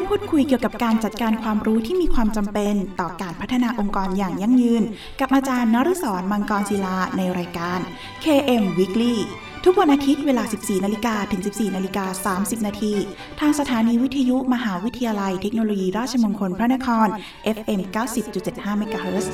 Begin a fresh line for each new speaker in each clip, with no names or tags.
พูดคุยเกี่ยวกับการจัดการความรู้ที่มีความจำเป็นต่อการพัฒนาองค์กรอย่างยั่งยืนกับอาจารย์นฤศร มังกรศิลาในรายการ KM Weekly ทุกวันอาทิตย์เวลา 14 นาฬิกาถึง 14 นาฬิกา 30 นาทีทางสถานีวิทยุมหาวิทยาลัยเทคโนโลยีราชมงคลพระนคร FM 90.75 เมกะเฮิรตซ์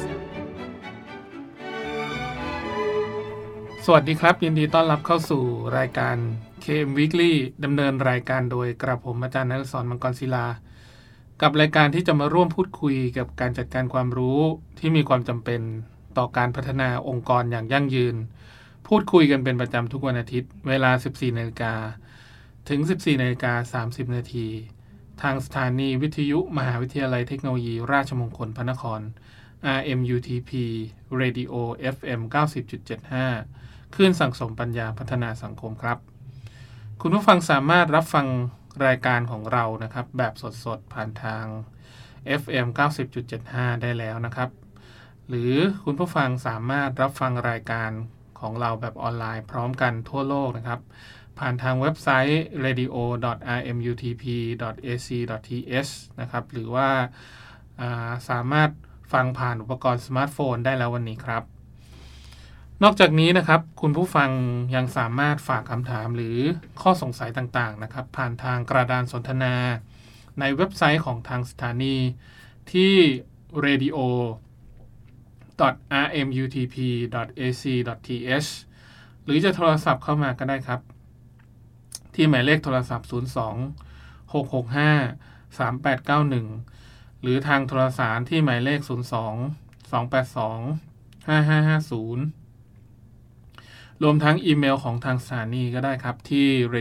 สวัสดีครับยินดีต้อนรับเข้าสู่รายการ KM Weekly ดำเนินรายการโดยกระผมอาจารย์นฤศร มังกรศิลากับรายการที่จะมาร่วมพูดคุยกับการจัดการความรู้ที่มีความจำเป็นต่อการพัฒนาองค์กรอย่างยั่งยืนพูดคุยกันเป็นประจำทุกวันอาทิตย์เวลา 14 นาฬิกาถึง 14 นาฬิกา 30 นาทีทางสถานีวิทยุมหาวิทยาลัยเทคโนโลยีราชมงคลพระนคร RMUTP Radio FM 90.75 คลื่นสังสมปัญญาพัฒนาสังคมครับคุณผู้ฟังสามารถรับฟังรายการของเรานะครับแบบสดๆผ่านทาง FM 90.75 ได้แล้วนะครับหรือคุณผู้ฟังสามารถรับฟังรายการของเราแบบออนไลน์พร้อมกันทั่วโลกนะครับผ่านทางเว็บไซต์ radio.rmutp.ac.th นะครับหรือว่าสามารถฟังผ่านอุปกรณ์สมาร์ทโฟนได้แล้ววันนี้ครับนอกจากนี้นะครับคุณผู้ฟังยังสามารถฝากคำถามหรือข้อสงสัยต่างๆนะครับผ่านทางกระดานสนทนาในเว็บไซต์ของทางสถานีที่ radio.rmutp.ac.th หรือจะโทรศัพท์เข้ามาก็ได้ครับที่หมายเลขโทรศัพท์ 02-665-3891 หรือทางโทรสารที่หมายเลข 02-282-5550 รวมทั้งอีเมลของทางสถานีก็ได้ครับที่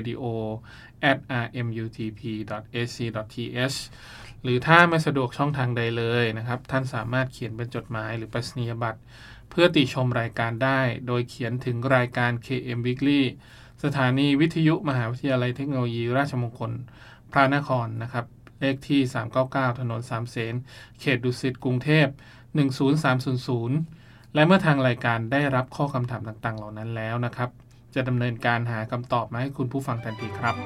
radio@rmutp.ac.th หรือถ้าไม่สะดวกช่องทางใดเลยนะครับท่านสามารถเขียนเป็นจดหมายหรือไปรษณียบัตรเพื่อติชมรายการได้โดยเขียนถึงรายการ KM Weekly สถานีวิทยุมหาวิทยาลัยเทคโนโลยีราชมงคลพระนครนะครับเลขที่399ถนนสามเสนเขตดุสิตกรุงเทพ10300และเมื่อทางรายการได้รับข้อคำถามต่างๆเหล่านั้นแล้วนะครับจะดำเนินการหาคำตอบมาให้คุณผู้ฟังทันทีครับ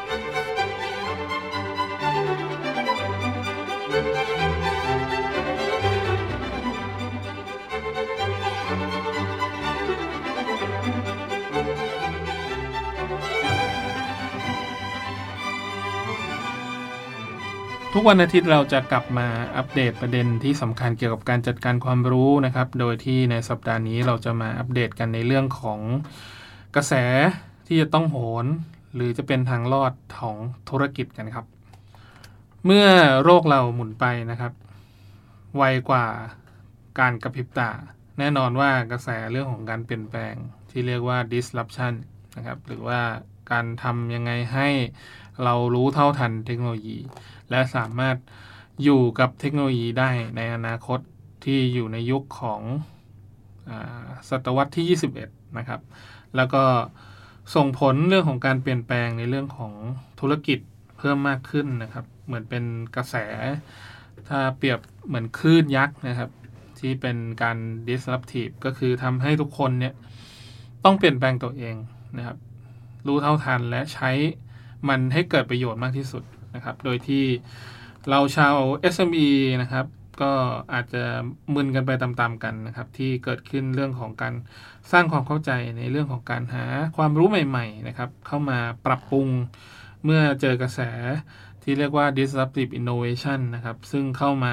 ทุกวันอาทิตย์เราจะกลับมาอัปเดตประเด็นที่สำคัญเกี่ยวกับการจัดการความรู้นะครับโดยที่ในสัปดาห์นี้เราจะมาอัปเดตกันในเรื่องของกระแสที่จะต้องโหนหรือจะเป็นทางรอดของธุรกิจกันครับเมื่อโลกเราหมุนไปนะครับไวกว่าการกระพริบตาแน่นอนว่ากระแสเรื่องของการเปลี่ยนแปลงที่เรียกว่า disruption นะครับหรือว่าการทำยังไงให้เรารู้เท่าทันเทคโนโลยีและสามารถอยู่กับเทคโนโลยีได้ในอนาคตที่อยู่ในยุคของศตวรรษที่21นะครับแล้วก็ส่งผลเรื่องของการเปลี่ยนแปลงในเรื่องของธุรกิจเพิ่มมากขึ้นนะครับเหมือนเป็นกระแสถ้าเปรียบเหมือนคลื่นยักษ์นะครับที่เป็นการ disruptive ก็คือทำให้ทุกคนเนี่ยต้องเปลี่ยนแปลงตัวเองนะครับรู้เท่าทันและใช้มันให้เกิดประโยชน์มากที่สุดนะครับโดยที่เราชาว SME นะครับก็อาจจะมึนกันไปตามๆกันนะครับที่เกิดขึ้นเรื่องของการสร้างความเข้าใจในเรื่องของการหาความรู้ใหม่ๆนะครับเข้ามาปรับปรุงเมื่อเจอกระแสที่เรียกว่า disruptive innovation นะครับซึ่งเข้ามา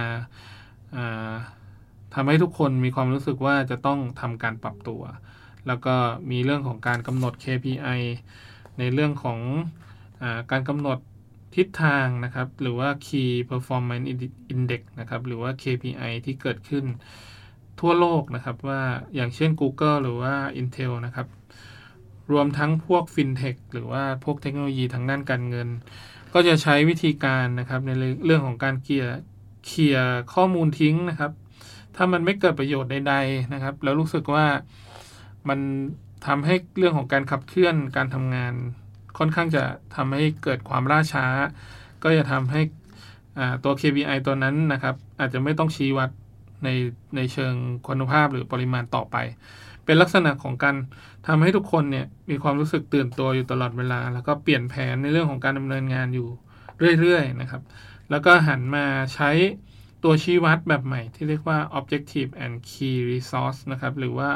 ทำให้ทุกคนมีความรู้สึกว่าจะต้องทำการปรับตัวแล้วก็มีเรื่องของการกำหนด KPI ในเรื่องของการกำหนดทิศทางนะครับหรือว่า Key Performance Index นะครับหรือว่า KPI ที่เกิดขึ้นทั่วโลกนะครับว่าอย่างเช่น Google หรือว่า Intel นะครับรวมทั้งพวก FinTech หรือว่าพวกเทคโนโลยีทางด้านการเงินก็จะใช้วิธีการนะครับในเรื่องของการเคลียร์ข้อมูลทิ้งนะครับถ้ามันไม่เกิดประโยชน์ใดๆนะครับแล้วรู้สึกว่ามันทำให้เรื่องของการขับเคลื่อนการทำงานค่อนข้างจะทำให้เกิดความล่าช้าก็จะทำให้ตัว KPI ตัวนั้นนะครับอาจจะไม่ต้องชี้วัดในเชิงคุณภาพหรือปริมาณต่อไปเป็นลักษณะของการทำให้ทุกคนเนี่ยมีความรู้สึกตื่นตัวอยู่ตลอดเวลาแล้วก็เปลี่ยนแผนในเรื่องของการดำเนินงานอยู่เรื่อยๆนะครับแล้วก็หันมาใช้ตัวชี้วัดแบบใหม่ที่เรียกว่า Objective and Key Resource นะครับหรือว่า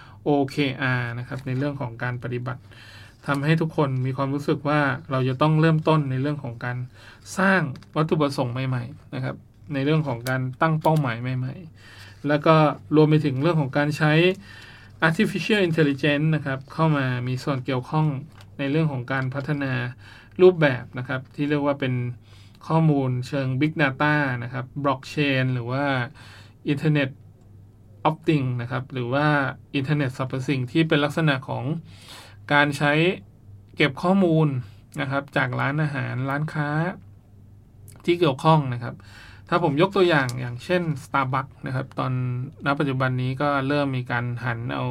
OKR นะครับในเรื่องของการปฏิบัติทำให้ทุกคนมีความรู้สึกว่าเราจะต้องเริ่มต้นในเรื่องของการสร้างวัตถุประสงค์ใหม่ๆนะครับในเรื่องของการตั้งเป้าหมายใหม่ๆแล้วก็รวมไปถึงเรื่องของการใช้ Artificial Intelligence นะครับเข้ามามีส่วนเกี่ยวข้องในเรื่องของการพัฒนารูปแบบนะครับที่เรียกว่าเป็นข้อมูลเชิง Big Data นะครับ Blockchain หรือว่า Internet of Things นะครับหรือว่า Internet สรรพสิ่งที่เป็นลักษณะของการใช้เก็บข้อมูลนะครับจากร้านอาหารร้านค้าที่เกี่ยวข้องนะครับถ้าผมยกตัวอย่างเช่น Starbucks นะครับตอนณปัจจุบันนี้ก็เริ่มมีการหันเอา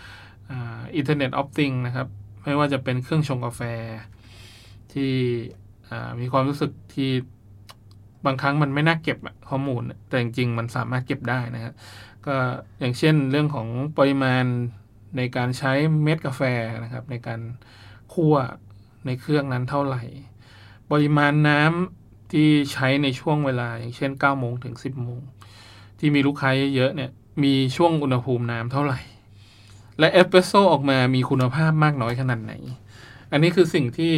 Internet of Things นะครับไม่ว่าจะเป็นเครื่องชงกาแฟที่มีความรู้สึกที่บางครั้งมันไม่น่าเก็บข้อมูลแต่จริงๆมันสามารถเก็บได้นะครับก็อย่างเช่นเรื่องของปริมาณในการใช้เม็ดกาแฟนะครับในการคั่วในเครื่องนั้นเท่าไหร่ปริมาณน้ำที่ใช้ในช่วงเวลาอย่างเช่น 9 โมงถึง 10 โมงที่มีลูกค้าเยอะๆเนี่ยมีช่วงอุณหภูมิน้ำเท่าไหร่และเอสเปรสโซ่ออกมามีคุณภาพมากน้อยขนาดไหนอันนี้คือสิ่งที่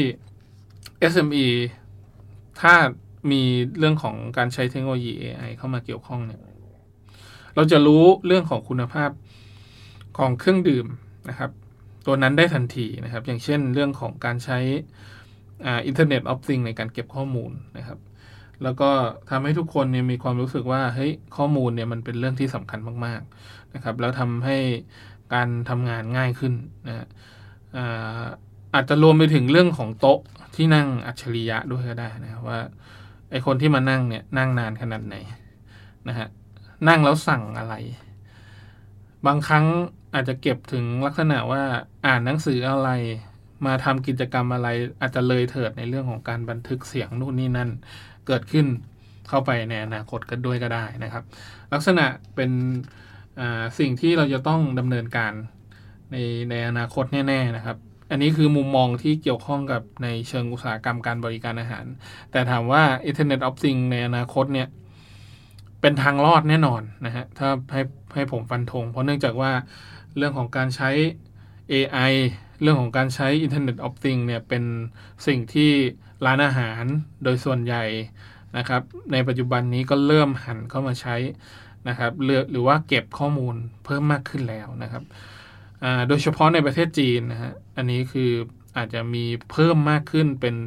SME ถ้ามีเรื่องของการใช้เทคโนโลยี AI เข้ามาเกี่ยวข้องเนี่ยเราจะรู้เรื่องของคุณภาพของเครื่องดื่มนะครับตัวนั้นได้ทันทีนะครับอย่างเช่นเรื่องของการใช้Internet of Things ในการเก็บข้อมูลนะครับแล้วก็ทำให้ทุกคนเนี่ยมีความรู้สึกว่าเฮ้ยข้อมูลเนี่ยมันเป็นเรื่องที่สำคัญมากๆนะครับแล้วทำให้การทำงานง่ายขึ้นนะอาจจะรวมไปถึงเรื่องของโต๊ะที่นั่งอัจฉริยะด้วยก็ได้นะว่าไอคนที่มานั่งเนี่ยนั่งนานขนาดไหนนะฮะนั่งแล้วสั่งอะไรบางครั้งอาจจะเก็บถึงลักษณะว่าอ่านหนังสืออะไรมาทำกิจกรรมอะไรอาจจะเลยเถิดในเรื่องของการบันทึกเสียงนู่นนี่นั่นเกิดขึ้นเข้าไปในอนาคตกันด้วยก็ได้นะครับลักษณะเป็นสิ่งที่เราจะต้องดำเนินการในอนาคตแน่ๆนะครับอันนี้คือมุมมองที่เกี่ยวข้องกับในเชิงอุตสาหกรรมการบริการอาหารแต่ถามว่า Internet of Things ในอนาคตเนี่ยเป็นทางรอดแน่นอนนะฮะถ้าให้ผมฟันธงเพราะเนื่องจากว่าเรื่องของการใช้ AI เรื่องของการใช้ Internet of Things เนี่ยเป็นสิ่งที่ร้านอาหารโดยส่วนใหญ่นะครับในปัจจุบันนี้ก็เริ่มหันเข้ามาใช้นะครับหรือว่าเก็บข้อมูลเพิ่มมากขึ้นแล้วนะครับโดยเฉพาะในประเทศจีนนะฮะอันนี้คืออาจจะมีเพิ่มมากขึ้นเป็น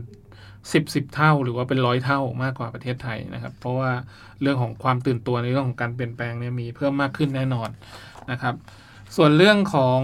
10เท่าหรือว่าเป็น100เท่ามากกว่าประเทศไทยนะครับเพราะว่าเรื่องของความตื่นตัวในเรื่องของการเปลี่ยนแปลงเนี่ยมีเพิ่มมากขึ้นแน่นอนนะครับส่วนเรื่องของ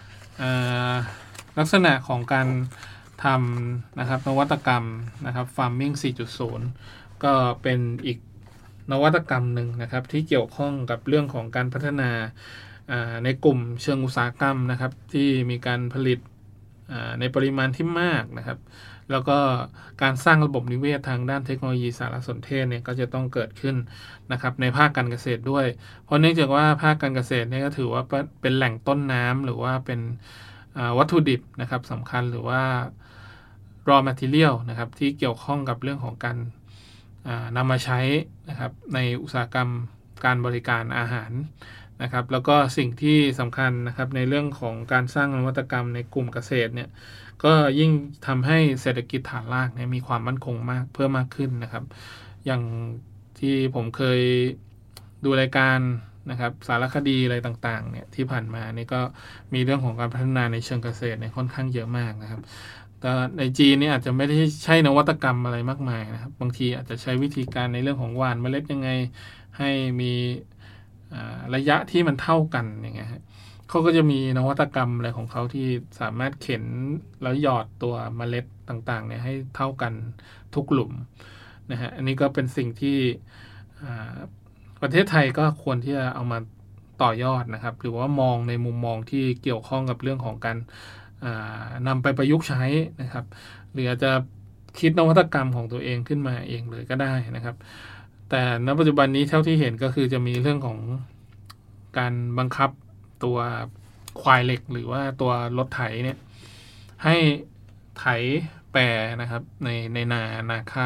ลักษณะของการทำนะครับนวัตกรรมนะครับ Farming 4.0 ก็เป็นอีกนวัตกรรมหนึ่งนะครับที่เกี่ยวข้องกับเรื่องของการพัฒนาในกลุ่มเชิงอุตสาหกรรมนะครับที่มีการผลิตในปริมาณที่มากนะครับแล้วก็การสร้างระบบนิเวศทางด้านเทคโนโลยีสารสนเทศเนี่ยก็จะต้องเกิดขึ้นนะครับในภาคการเกษตรด้วยเพราะเนื่องจากว่าภาคการเกษตรเนี่ยก็ถือว่าเป็นแหล่งต้นน้ำหรือว่าเป็นวัตถุดิบนะครับสำคัญหรือว่า raw material นะครับที่เกี่ยวข้องกับเรื่องของการนำมาใช้นะครับในอุตสาหกรรมการบริการอาหารนะครับแล้วก็สิ่งที่สำคัญนะครับในเรื่องของการสร้างนวัตกรรมในกลุ่มเกษตรเนี่ยก็ยิ่งทำให้เศรษฐกิจฐานรากเนี่ยมีความมั่นคงเพิ่มมากขึ้นนะครับอย่างที่ผมเคยดูรายการนะครับสารคดีอะไรต่างๆเนี่ยที่ผ่านมานี่ก็มีเรื่องของการพัฒนาในเชิงเกษตรเนี่ยค่อนข้างเยอะมากนะครับแต่ในจีนนี่อาจจะไม่ได้ใช้นวัตกรรมอะไรมากมายนะครับบางทีอาจจะใช้วิธีการในเรื่องของหว่านเมล็ดยังไงให้มีระยะที่มันเท่ากันอย่างเงี้ยเขาก็จะมีนวัตกรรมอะไรของเขาที่สามารถเข็นแล้วหยอดตัวเมล็ดต่างๆเนี่ยให้เท่ากันทุกหลุมนะฮะอันนี้ก็เป็นสิ่งที่ประเทศไทยก็ควรที่จะเอามาต่อยอดนะครับหรือว่ามองในมุมมองที่เกี่ยวข้องกับเรื่องของการนำไปประยุกต์ใช้นะครับหรืออาจจะคิดนวัตกรรมของตัวเองขึ้นมาเองเลยก็ได้นะครับแต่ณปัจจุบันนี้เท่าที่เห็นก็คือจะมีเรื่องของการบังคับตัวควายเหล็กหรือว่าตัวรถไถเนี่ยให้ไถแปรนะครับในนาข้าว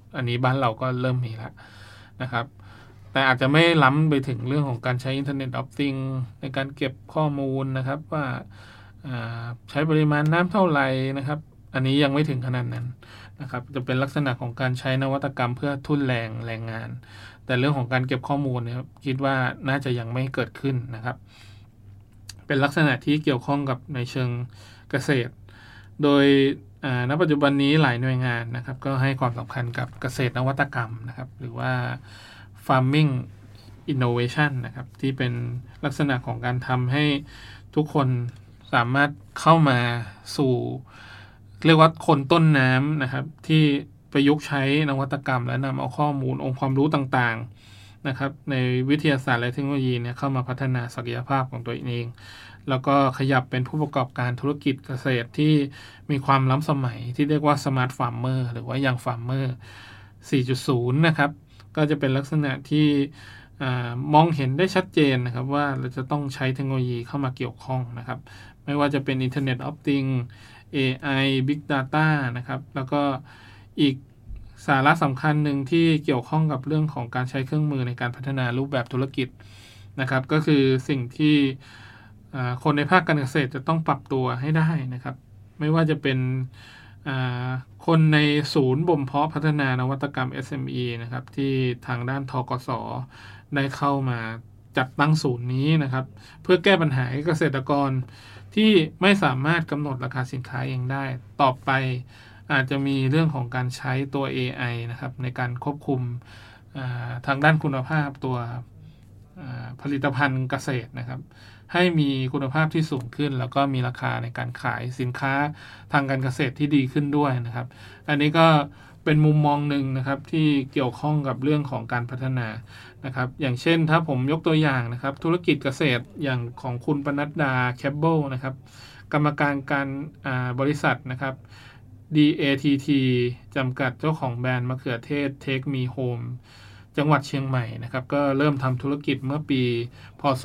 อันนี้บ้านเราก็เริ่มมีแล้วนะครับแต่อาจจะไม่ล้ำไปถึงเรื่องของการใช้ Internet of Things ในการเก็บข้อมูลนะครับว่าใช้ปริมาณน้ำเท่าไหร่นะครับอันนี้ยังไม่ถึงขนาดนั้นนะครับจะเป็นลักษณะของการใช้นวัตกรรมเพื่อทุ่นแรงงานแต่เรื่องของการเก็บข้อมูลเนี่ยคิดว่าน่าจะยังไม่เกิดขึ้นนะครับเป็นลักษณะที่เกี่ยวข้องกับในเชิงเกษตรโดยณปัจจุบันนี้หลายหน่วยงานนะครับก็ให้ความสำคัญกับเกษตรนวัตกรรมนะครับหรือว่า farming innovation นะครับที่เป็นลักษณะของการทำให้ทุกคนสามารถเข้ามาสู่เรียกว่าคนต้นน้ำนะครับที่ประยุกต์ใช้นวัตกรรมและนำเอาข้อมูลองค์ความรู้ต่างๆนะครับในวิทยาศาสตร์และเทคโนโลยีเนี่ยเข้ามาพัฒนาศักยภาพของตัวเองแล้วก็ขยับเป็นผู้ประกอบการธุรกิจเกษตรที่มีความล้ำสมัยที่เรียกว่า Smart Farmer หรือว่า Young Farmer 4.0 นะครับก็จะเป็นลักษณะที่มองเห็นได้ชัดเจนนะครับว่าเราจะต้องใช้เทคโนโลยีเข้ามาเกี่ยวข้องนะครับไม่ว่าจะเป็น Internet of Things AI Big Data นะครับแล้วก็อีกสาระสำคัญหนึ่งที่เกี่ยวข้องกับเรื่องของการใช้เครื่องมือในการพัฒนารูปแบบธุรกิจนะครับก็คือสิ่งที่คนในภาคการเกษตรจะต้องปรับตัวให้ได้นะครับไม่ว่าจะเป็นคนในศูนย์บ่มเพาะพัฒนานวัตกรรม SME นะครับที่ทางด้านธกส.ได้เข้ามาจัดตั้งศูนย์นี้นะครับเพื่อแก้ปัญหาให้เกษตรกรที่ไม่สามารถกำหนดราคาสินค้าเองได้ต่อไปอาจจะมีเรื่องของการใช้ตัว AI นะครับในการควบคุมทางด้านคุณภาพตัวผลิตภัณฑ์เกษตรนะครับให้มีคุณภาพที่สูงขึ้นแล้วก็มีราคาในการขายสินค้าทางการเกษตรที่ดีขึ้นด้วยนะครับอันนี้ก็เป็นมุมมองหนึ่งนะครับที่เกี่ยวข้องกับเรื่องของการพัฒนานะครับอย่างเช่นถ้าผมยกตัวอย่างนะครับธุรกิจเกษตรอย่างของคุณปนัดดาแคปเบิลนะครับกรรมการบริษัทนะครับ DATT จำกัดเจ้าของแบรนด์มะเขือเทศ Take Me Home จังหวัดเชียงใหม่นะครับก็เริ่มทำธุรกิจเมื่อปีพ.ศ.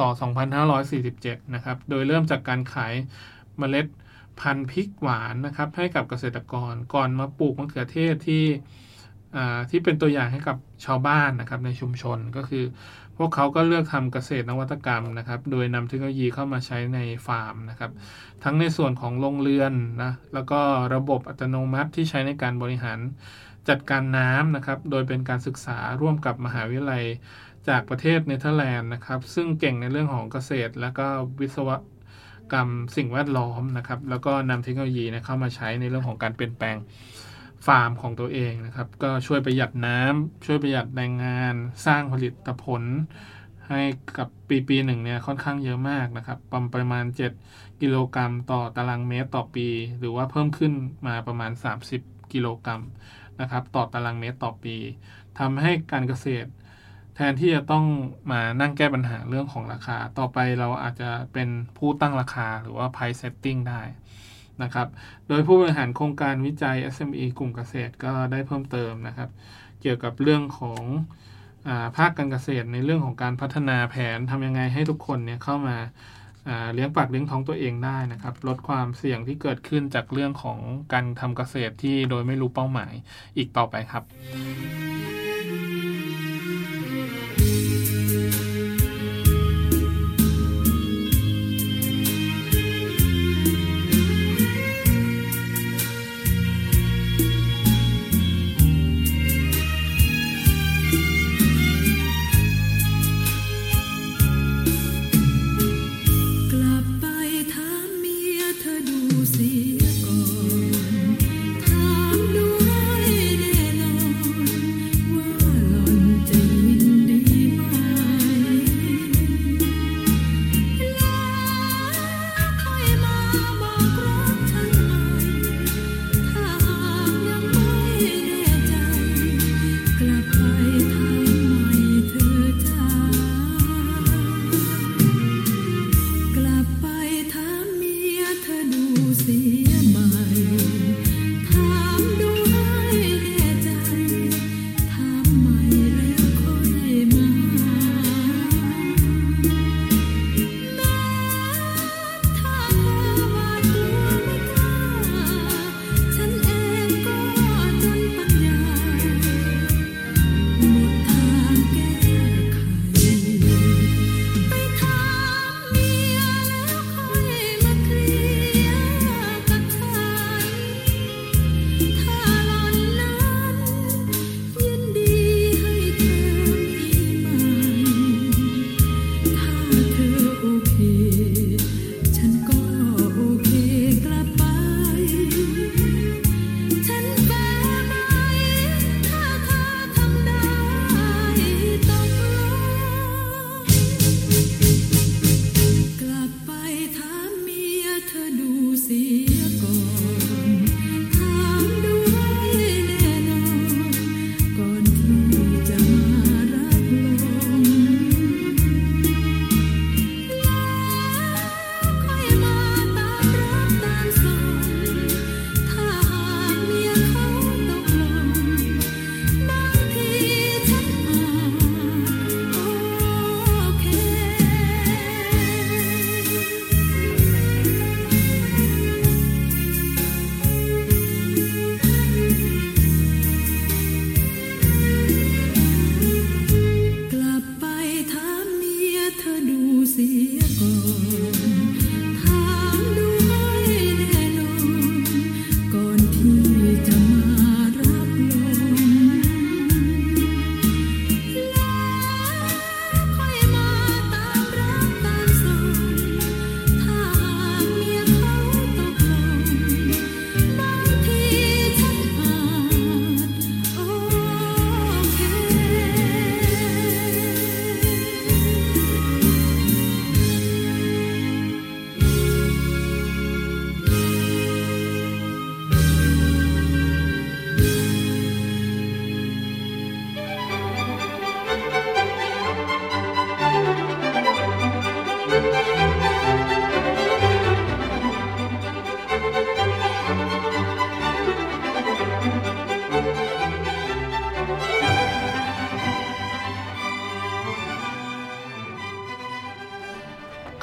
2547นะครับโดยเริ่มจากการขายเมล็ดพันธุ์พริกหวานนะครับให้กับเกษตรกรก่อนมาปลูกมะเขือเทศที่เป็นตัวอย่างให้กับชาวบ้านนะครับในชุมชนก็คือพวกเขาก็เลือกทำเกษตรนวัตกรรมนะครับโดยนำเทคโนโลยีเข้ามาใช้ในฟาร์มนะครับทั้งในส่วนของโรงเรือนนะแล้วก็ระบบอัตโนมัติที่ใช้ในการบริหารจัดการน้ำนะครับโดยเป็นการศึกษาร่วมกับมหาวิทยาลัยจากประเทศเนเธอร์แลนด์นะครับซึ่งเก่งในเรื่องของเกษตรและก็วิศวกรรมสิ่งแวดล้อมนะครับแล้วก็นำเทคโนโลยีเข้ามาใช้ในเรื่องของการเปลี่ยนแปลงฟาร์มของตัวเองนะครับก็ช่วยประหยัดน้ำช่วยประหยัดแรงงานสร้างผลิตผลให้กับปีหนึ่งเนี่ยค่อนข้างเยอะมากนะครับประมาณ7กิโลกรัมต่อตารางเมตรต่อปีหรือว่าเพิ่มขึ้นมาประมาณ30กิโลกรัมนะครับต่อตารางเมตรต่อปีทำให้การเกษตรแทนที่จะต้องมานั่งแก้ปัญหาเรื่องของราคาต่อไปเราอาจจะเป็นผู้ตั้งราคาหรือว่า price setting ได้นะครับโดยผู้บริหารโครงการวิจัย SME กลุ่มเกษตรก็ได้เพิ่มเติมนะครับเกี่ยวกับเรื่องของภาคการเกษตรในเรื่องของการพัฒนาแผนทำยังไงให้ทุกคนเนี่ยเข้ามาเลี้ยงปากเลี้ยงท้องตัวเองได้นะครับลดความเสี่ยงที่เกิดขึ้นจากเรื่องของการทำเกษตรที่โดยไม่รู้เป้าหมายอีกต่อไปครับ
ถามดูให้แน่นอน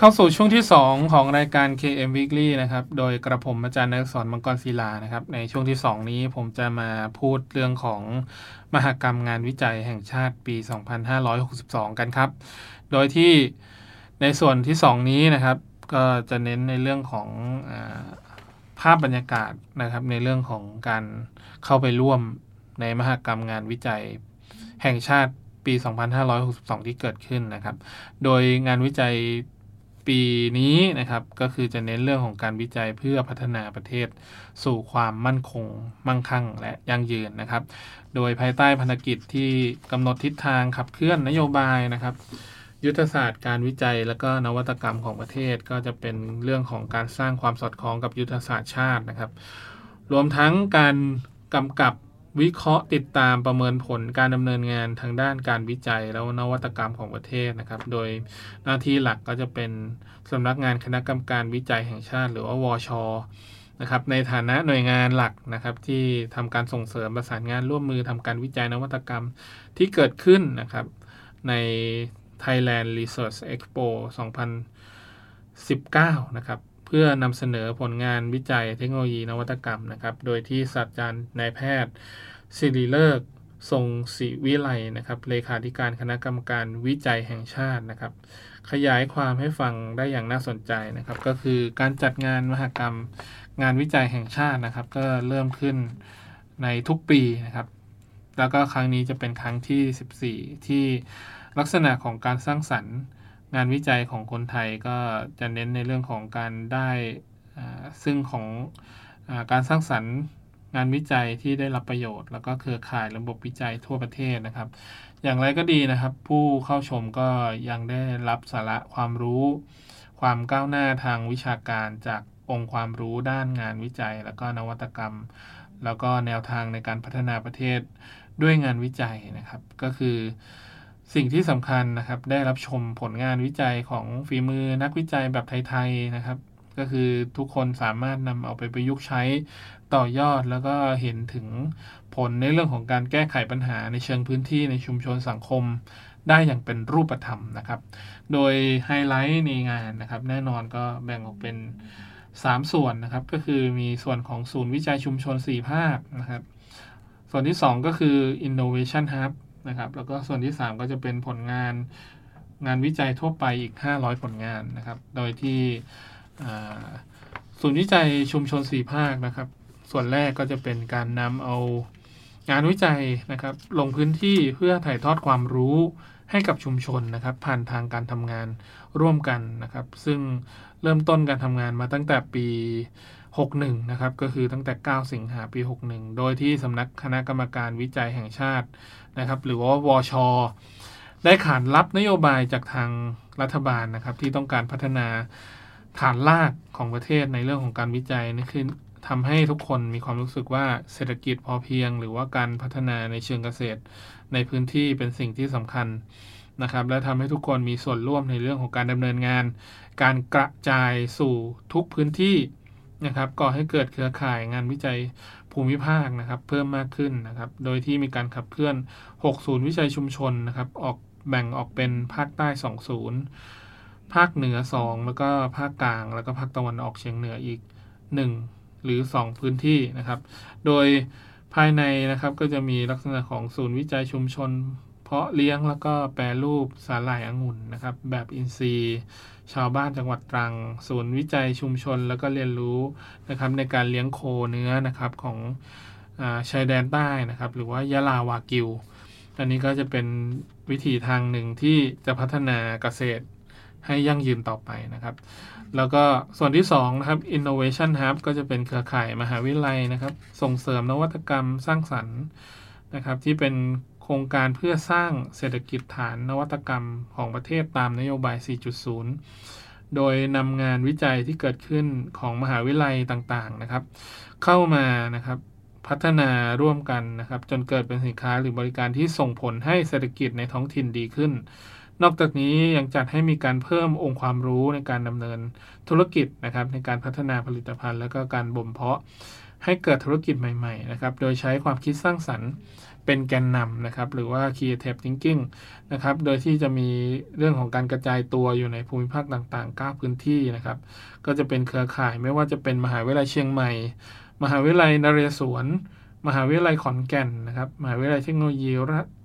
เข้าสู่ช่วงที่2ของรายการ KM Weekly นะครับโดยกระผมอาจารย์นฤศร มังกรศิลานะครับในช่วงที่2นี้ผมจะมาพูดเรื่องของมหกรรมงานวิจัยแห่งชาติปี 2562 กันครับโดยที่ในส่วนที่2นี้นะครับก็จะเน้นในเรื่องของภาพบรรยากาศนะครับในเรื่องของการเข้าไปร่วมในมหกรรมงานวิจัยแห่งชาติปี 2562 ที่เกิดขึ้นนะครับโดยงานวิจัยปีนี้นะครับก็คือจะเน้นเรื่องของการวิจัยเพื่อพัฒนาประเทศสู่ความมั่นคงมั่งคั่งและยั่งยืนนะครับโดยภายใต้ภารกิจที่กำหนดทิศทางขับเคลื่อนนโยบายนะครับยุทธศาสตร์การวิจัยและก็นวัตกรรมของประเทศก็จะเป็นเรื่องของการสร้างความสอดคล้องกับยุทธศาสตร์ชาตินะครับรวมทั้งการกำกับวิเคราะห์ติดตามประเมินผลการดำเนินงานทางด้านการวิจัยแล้วนวัตกรรมของประเทศนะครับโดยหน้าที่หลักก็จะเป็นสำนักงานคณะกรรมการวิจัยแห่งชาติหรือว่าวช.นะครับในฐานะหน่วยงานหลักนะครับที่ทำการส่งเสริมประสานงานร่วมมือทำการวิจัยนวัตกรรมที่เกิดขึ้นนะครับใน Thailand Research Expo 2019 นะครับเพื่อนำเสนอผลงานวิจัยเทคโนโลยีนวัตกรรมนะครับโดยที่ศาสตราจารย์นายแพทย์ศิริฤกษ์ทรงศิวิไลนะครับเลขาธิการคณะกรรมการวิจัยแห่งชาตินะครับขยายความให้ฟังได้อย่างน่าสนใจนะครับก็คือการจัดงานมหกรรมงานวิจัยแห่งชาตินะครับก็เริ่มขึ้นในทุกปีนะครับแล้วก็ครั้งนี้จะเป็นครั้งที่14ที่ลักษณะของการสร้างสรรค์งานวิจัยของคนไทยก็จะเน้นในเรื่องของการได้ซึ่งของการสร้างสรรค์งานวิจัยที่ได้รับประโยชน์แล้วก็เครือข่ายระบบวิจัยทั่วประเทศนะครับอย่างไรก็ดีนะครับผู้เข้าชมก็ยังได้รับสาระความรู้ความก้าวหน้าทางวิชาการจากองค์ความรู้ด้านงานวิจัยแล้วก็นวัตกรรมแล้วก็แนวทางในการพัฒนาประเทศด้วยงานวิจัยนะครับก็คือสิ่งที่สำคัญนะครับได้รับชมผลงานวิจัยของฝีมือนักวิจัยแบบไทยๆนะครับก็คือทุกคนสามารถนำเอาไปประยุกต์ใช้ต่อยอดแล้วก็เห็นถึงผลในเรื่องของการแก้ไขปัญหาในเชิงพื้นที่ในชุมชนสังคมได้อย่างเป็นรูปธรรมนะครับโดยไฮไลท์ในงานนะครับแน่นอนก็แบ่งออกเป็น3ส่วนนะครับก็คือมีส่วนของศูนย์วิจัยชุมชน4ภาคนะครับส่วนที่2ก็คือ Innovation Hub นะครับแล้วก็ส่วนที่3ก็จะเป็นผลงานวิจัยทั่วไปอีก500ผลงานนะครับโดยที่ศูนย์วิจัยชุมชน4ภาคนะครับส่วนแรกก็จะเป็นการนำเอางานวิจัยนะครับลงพื้นที่เพื่อถ่ายทอดความรู้ให้กับชุมชนนะครับผ่านทางการทำงานร่วมกันนะครับซึ่งเริ่มต้นการทำงานมาตั้งแต่ปี61นะครับก็คือตั้งแต่9สิงหาปี61โดยที่สำนักคณะกรรมการวิจัยแห่งชาตินะครับหรือว่าวช.ได้ขานรับนโยบายจากทางรัฐบาลนะครับที่ต้องการพัฒนาฐานรากของประเทศในเรื่องของการวิจัยนี่คือทำให้ทุกคนมีความรู้สึกว่าเศรษฐกิจพอเพียงหรือว่าการพัฒนาในเชิงเกษตรในพื้นที่เป็นสิ่งที่สำคัญนะครับและทำให้ทุกคนมีส่วนร่วมในเรื่องของการดำเนินงานการกระจายสู่ทุกพื้นที่นะครับก่อให้เกิดเครือข่ายงานวิจัยภูมิภาคนะครับเพิ่มมากขึ้นนะครับโดยที่มีการขับเคลื่อน6ศูนย์วิจัยชุมชนนะครับแบ่งออกเป็นภาคใต้2ศูนย์ภาคเหนือ2แล้วก็ภาคกลางแล้วก็ภาคตะวันออกเฉียงเหนืออีก1หรือ2พื้นที่นะครับโดยภายในนะครับก็จะมีลักษณะของศูนย์วิจัยชุมชนเพาะเลี้ยงแล้วก็แปรรูปสาหร่ายองุ่นนะครับแบบอินทรีย์ชาวบ้านจังหวัดตรังศูนย์วิจัยชุมชนแล้วก็เรียนรู้นะครับในการเลี้ยงโคเนื้อนะครับของชายแดนใต้นะครับหรือว่ายะลาวากิวอันนี้ก็จะเป็นวิธีทางหนึ่งที่จะพัฒนาเกษตรให้ยั่งยืนต่อไปนะครับแล้วก็ส่วนที่2นะครับ Innovation Hub ก็จะเป็นเครือข่ายมหาวิทยาลัยนะครับส่งเสริมนวัตกรรมสร้างสรรค์นะครับที่เป็นโครงการเพื่อสร้างเศรษฐกิจฐานนวัตกรรมของประเทศตามนโยบาย 4.0 โดยนำงานวิจัยที่เกิดขึ้นของมหาวิทยาลัยต่างๆนะครับเข้ามานะครับพัฒนาร่วมกันนะครับจนเกิดเป็นสินค้าหรือบริการที่ส่งผลให้เศรษฐกิจในท้องถิ่นดีขึ้นนอกจากนี้ยังจัดให้มีการเพิ่มองค์ความรู้ในการดำเนินธุรกิจนะครับในการพัฒนาผลิตภัณฑ์และก็การบ่มเพาะให้เกิดธุรกิจใหม่ๆนะครับโดยใช้ความคิดสร้างสรรค์เป็นแกนนำนะครับหรือว่า creative thinking นะครับโดยที่จะมีเรื่องของการกระจายตัวอยู่ในภูมิภาคต่างๆ9พื้นที่นะครับก็จะเป็นเครือข่ายไม่ว่าจะเป็นมหาวิทยาลัยเชียงใหม่มหาวิทยาลัยนเรศวรมหาวิทยาลัยขอนแก่นนะครับมหาวิทยาลัยเทคโนโลยี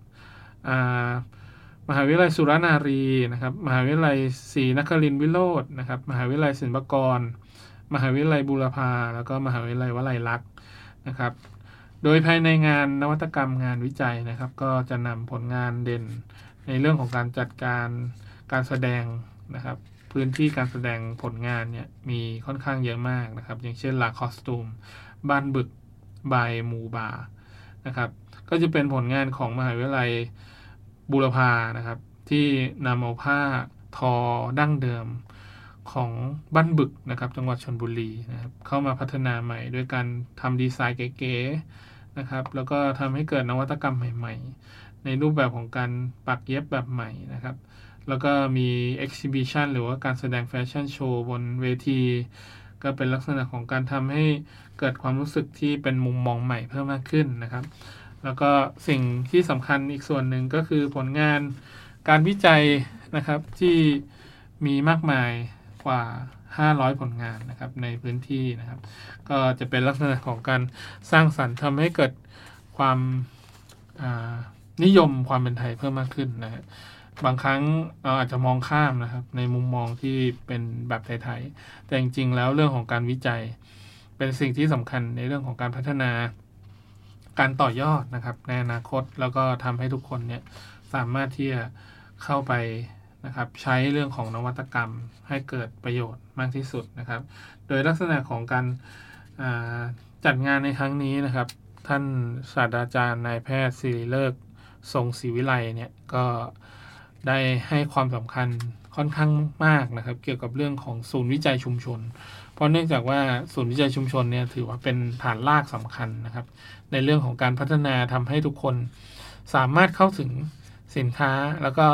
มหาวิทยาลัยสุรนารีนะครับมหาวิทยาลัยศรีนครินทรวิโรจน์นะครับมหาวิทยาลัยศิลปากรมหาวิทยาลัยบูรพาแล้วก็มหาวิทยาลัยวลัยลักษณ์นะครับโดยภายในงานนวัตกรรมงานวิจัยนะครับก็จะนำผลงานเด่นในเรื่องของการจัดการแสดงนะครับพื้นที่การแสดงผลงานเนี่ยมีค่อนข้างเยอะมากนะครับอย่างเช่นลาคอสตูมบ้านบึกบายมูบานะครับก็จะเป็นผลงานของมหาวิทยาลัยบูรพานะครับที่นำเอาผ้าทอดั้งเดิมของบ้านบึกนะครับจังหวัดชลบุรีนะครับเข้ามาพัฒนาใหม่ด้วยการทำดีไซน์เก๋ๆนะครับแล้วก็ทำให้เกิดนวัตกรรมใหม่ๆในรูปแบบของการปักเย็บแบบใหม่นะครับแล้วก็มี exhibition หรือว่าการแสดงแฟชั่นโชว์บนเวทีก็เป็นลักษณะของการทำให้เกิดความรู้สึกที่เป็นมุมมองใหม่เพิ่มมากขึ้นนะครับแล้วก็สิ่งที่สำคัญอีกส่วนหนึ่งก็คือผลงานการวิจัยนะครับที่มีมากมายกว่า500ผลงานนะครับในพื้นที่นะครับก็จะเป็นลักษณะของการสร้างสรรค์ทำให้เกิดความนิยมความเป็นไทยเพิ่มมากขึ้นนะบางครั้งเราอาจจะมองข้ามนะครับในมุมมองที่เป็นแบบไทยๆแต่จริงๆแล้วเรื่องของการวิจัยเป็นสิ่งที่สำคัญในเรื่องของการพัฒนาการต่อยอดนะครับในอนาคตแล้วก็ทำให้ทุกคนเนี่ยสามารถที่จะเข้าไปนะครับใช้เรื่องของนวัตกรรมให้เกิดประโยชน์มากที่สุดนะครับโดยลักษณะของการจัดงานในครั้งนี้นะครับท่านศาสตราจารย์นายแพทย์ศิริฤกษ์ทรงศรีวิไลเนี่ยก็ได้ให้ความสำคัญค่อนข้างมากนะครับเกี่ยวกับเรื่องของศูนย์วิจัยชุมชนเพราะเนื่องจากว่าศูนย์วิจัยชุมชนเนี่ยถือว่าเป็นฐานรากสำคัญนะครับในเรื่องของการพัฒนาทำให้ทุกคนสามารถเข้าถึงสินค้าแล้วก็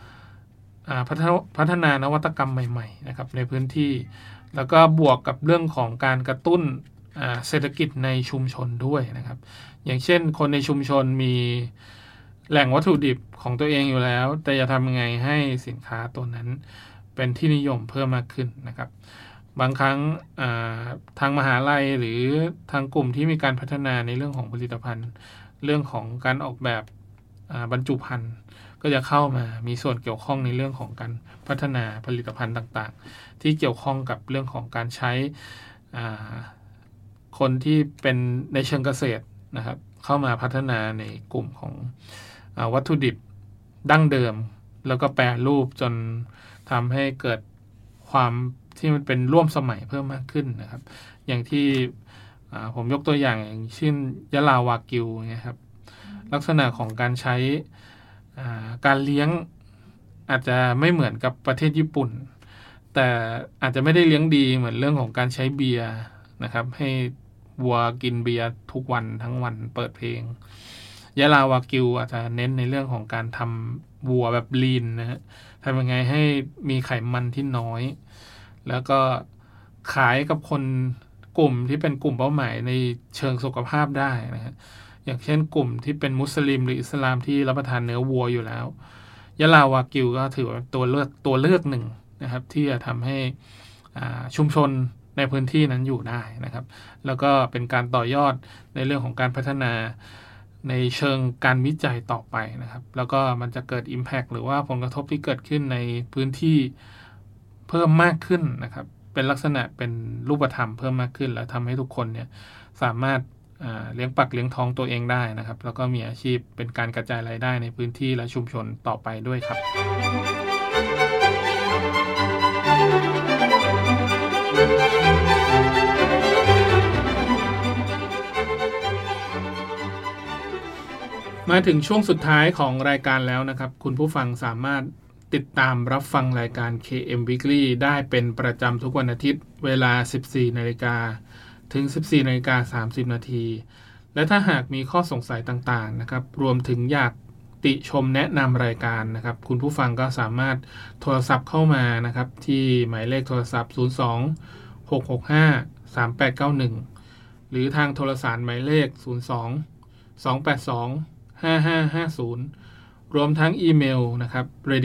พัฒนานวัตกรรมใหม่ๆนะครับในพื้นที่แล้วก็บวกกับเรื่องของการกระตุ้นเศรษฐกิจในชุมชนด้วยนะครับอย่างเช่นคนในชุมชนมีแหล่งวัตถุดิบของตัวเองอยู่แล้วแต่จะทำยังไงให้สินค้าตัวนั้นเป็นที่นิยมเพิ่มมากขึ้นนะครับบางครั้งทางมหาลัยหรือทางกลุ่มที่มีการพัฒนาในเรื่องของผลิตภัณฑ์เรื่องของการออกแบบบรรจุภัณฑ์ก็จะเข้ามามีส่วนเกี่ยวข้องในเรื่องของการพัฒนาผลิตภัณฑ์ต่างๆที่เกี่ยวข้องกับเรื่องของการใช้คนที่เป็นในเชิงเกษตรนะครับเข้ามาพัฒนาในกลุ่มของวัตถุดิบดั้งเดิมแล้วก็แปรรูปจนทำให้เกิดความที่มันเป็นร่วมสมัยเพิ่มมากขึ้นนะครับอย่างที่ผมยกตัวอย่างเช่นยะลาวากิวนะครับลักษณะของการใช้การเลี้ยงอาจจะไม่เหมือนกับประเทศญี่ปุ่นแต่อาจจะไม่ได้เลี้ยงดีเหมือนเรื่องของการใช้เบียร์นะครับให้วัวกินเบียร์ทุกวันทั้งวันเปิดเพลงยะลาวากิวอาจจะเน้นในเรื่องของการทำวัวแบบลีนนะฮะทำยังไงให้มีไขมันที่น้อยแล้วก็ขายกับคนกลุ่มที่เป็นกลุ่มเป้าหมายในเชิงสุขภาพได้นะฮะอย่างเช่นกลุ่มที่เป็นมุสลิมหรืออิสลามที่รับประทานเนื้อวัวอยู่แล้วยะลาวากิวก็ถือว่าตัวเลือกหนึ่งนะครับที่จะทำให้ชุมชนในพื้นที่นั้นอยู่ได้นะครับแล้วก็เป็นการต่อยอดในเรื่องของการพัฒนาในเชิงการวิจัยต่อไปนะครับแล้วก็มันจะเกิด Impact หรือว่าผลกระทบที่เกิดขึ้นในพื้นที่เพิ่มมากขึ้นนะครับเป็นลักษณะเป็นรูปธรรมเพิ่มมากขึ้นและทำให้ทุกคนเนี่ยสามารถเลี้ยงปากเลี้ยงท้องตัวเองได้นะครับแล้วก็มีอาชีพเป็นการกระจายรายได้ในพื้นที่และชุมชนต่อไปด้วยครับมาถึงช่วงสุดท้ายของรายการแล้วนะครับคุณผู้ฟังสามารถติดตามรับฟังรายการ KM Weekly ได้เป็นประจำทุกวันอาทิตย์เวลา 14:00 น.ถึง 14:30 น.และถ้าหากมีข้อสงสัยต่างๆนะครับรวมถึงอยากติชมแนะนำรายการนะครับคุณผู้ฟังก็สามารถโทรศัพท์เข้ามานะครับที่หมายเลขโทรศัพท์ 02-665-3891 หรือทางโทรสารหมายเลข 02-282-5550 รวมทั้งอีเมลนะครับ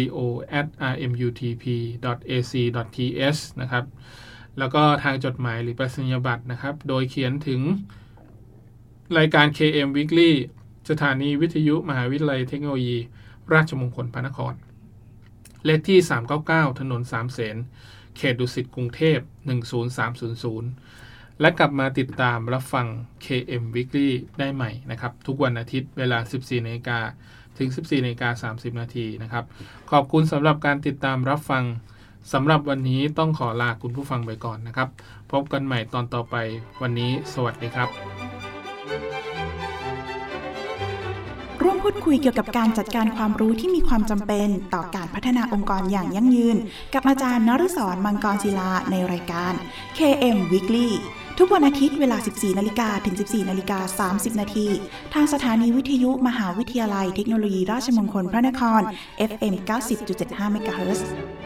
radio@rmutp.ac.th นะครับแล้วก็ทางจดหมายหรือไปรษณียบัตรนะครับโดยเขียนถึงรายการ KM Weekly สถานีวิทยุมหาวิทยาลัยเทคโนโลยีราชมงคลพระนครเลขที่399ถนนสามเสนเขตดุสิตกรุงเทพ10300และกลับมาติดตามรับฟัง KM Weekly ได้ใหม่นะครับทุกวันอาทิตย์เวลา 14:00 นถึง 14:30 นนะครับขอบคุณสำหรับการติดตามรับฟังสำหรับวันนี้ต้องขอลาคุณผู้ฟังไปก่อนนะครับพบกันใหม่ตอนต่อไปวันนี้สวัสดีครับ
ร่วมพูดคุยเกี่ยวกับการจัดการความรู้ที่มีความจำเป็นต่อการพัฒนาองค์กรอย่างยั่งยืนกับอาจารย์นฤศร มังกรศิลาในรายการ KM Weekly ทุกวันอาทิตย์เวลา 14:00 นถึง 14:30 นทางสถานีวิทยุมหาวิทยาลัยเทคโนโลยีราชมงคลพระนคร FM 90.75 เมกะเฮิรตซ์